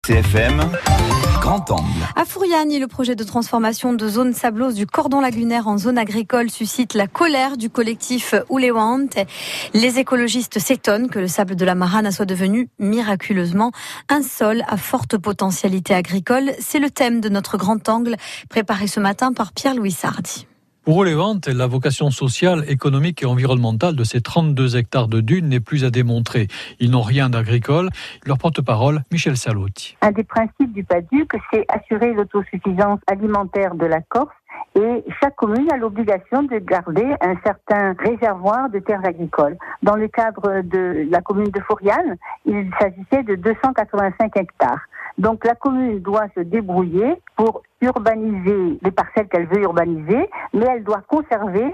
CFM, Grand Angle. À Fouriane, le projet de transformation de zone sableuse du cordon lagunaire en zone agricole suscite la colère du collectif Ulewant. Les écologistes s'étonnent que le sable de la Marana soit devenu miraculeusement un sol à forte potentialité agricole. C'est le thème de notre Grand Angle, préparé ce matin par Pierre-Louis Sardi. Pour Ulewant, la vocation sociale, économique et environnementale de ces 32 hectares de dunes n'est plus à démontrer. Ils n'ont rien d'agricole. Leur porte-parole, Michel Salotti. Un des principes du PADUC, c'est assurer l'autosuffisance alimentaire de la Corse. Et chaque commune a l'obligation de garder un certain réservoir de terres agricoles. Dans le cadre de la commune de Fouriane, il s'agissait de 285 hectares. Donc la commune doit se débrouiller pour urbaniser les parcelles qu'elle veut urbaniser, mais elle doit conserver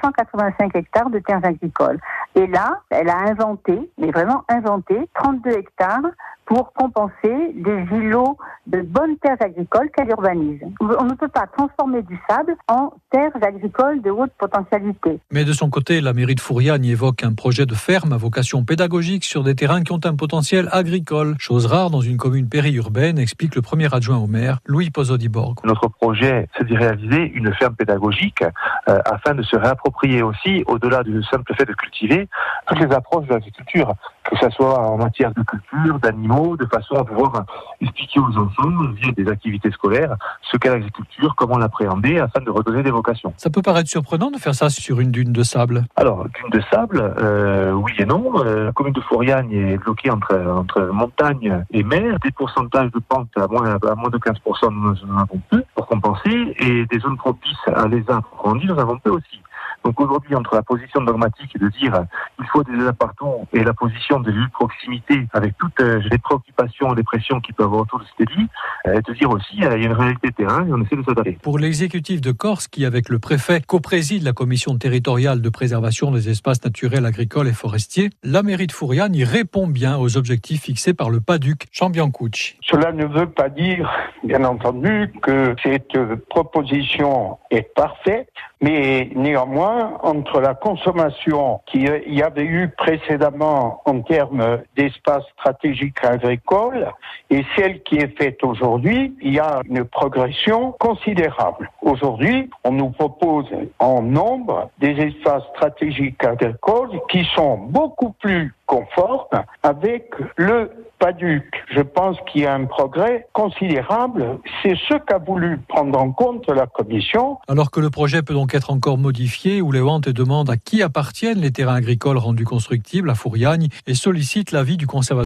285 hectares de terres agricoles. Et là, elle a inventé, mais vraiment inventé, 32 hectares pour compenser des îlots de bonnes terres agricoles qu'elle urbanise. On ne peut pas transformer du sable en terres agricoles de haute potentialité. Mais de son côté, la mairie de Fouriane y évoque un projet de ferme à vocation pédagogique sur des terrains qui ont un potentiel agricole. Chose rare dans une commune périurbaine, explique le premier adjoint au maire, Louis Pozzo-di-Borgo. Notre projet, c'est de réaliser une ferme pédagogique afin de se réapproprier aussi, au-delà du simple fait de cultiver, toutes les approches de l'agriculture, que ce soit en matière de culture, d'animaux, de façon à pouvoir expliquer aux enfants, via des activités scolaires, ce qu'est l'agriculture, comment l'appréhender, afin de redonner des vocations. Ça peut paraître surprenant de faire ça sur une dune de sable. Alors, dune de sable, oui et non. La commune de Fouriane est bloquée entre montagne et mer. Des pourcentages de pente à moins de 15%, nous en avons peu pour compenser. Et des zones propices à les approfondir, nous en avons peu aussi. Donc aujourd'hui, entre la position dogmatique de dire il faut des appartements et la position de lieu de proximité avec toutes les préoccupations et les pressions qui peuvent avoir autour de cette vie, de dire aussi il y a une réalité terrain et on essaie de s'adapter. Pour l'exécutif de Corse, qui avec le préfet co-préside la commission territoriale de préservation des espaces naturels, agricoles et forestiers, la mairie de Fouriane y répond bien aux objectifs fixés par le PADUC. Chambiancouch. Cela ne veut pas dire, bien entendu, que cette proposition est parfaite, mais néanmoins, entre la consommation qu'il y avait eu précédemment en termes d'espace stratégique agricole et celle qui est faite aujourd'hui, il y a une progression considérable. Aujourd'hui, on nous propose en nombre des espaces stratégiques agricoles qui sont beaucoup plus conformes avec le PADUC. Je pense qu'il y a un progrès considérable. C'est ce qu'a voulu prendre en compte la Commission. Alors que le projet peut donc être encore modifié, Ulewant demande à qui appartiennent les terrains agricoles rendus constructibles à Fouriane et sollicite l'avis du conservateur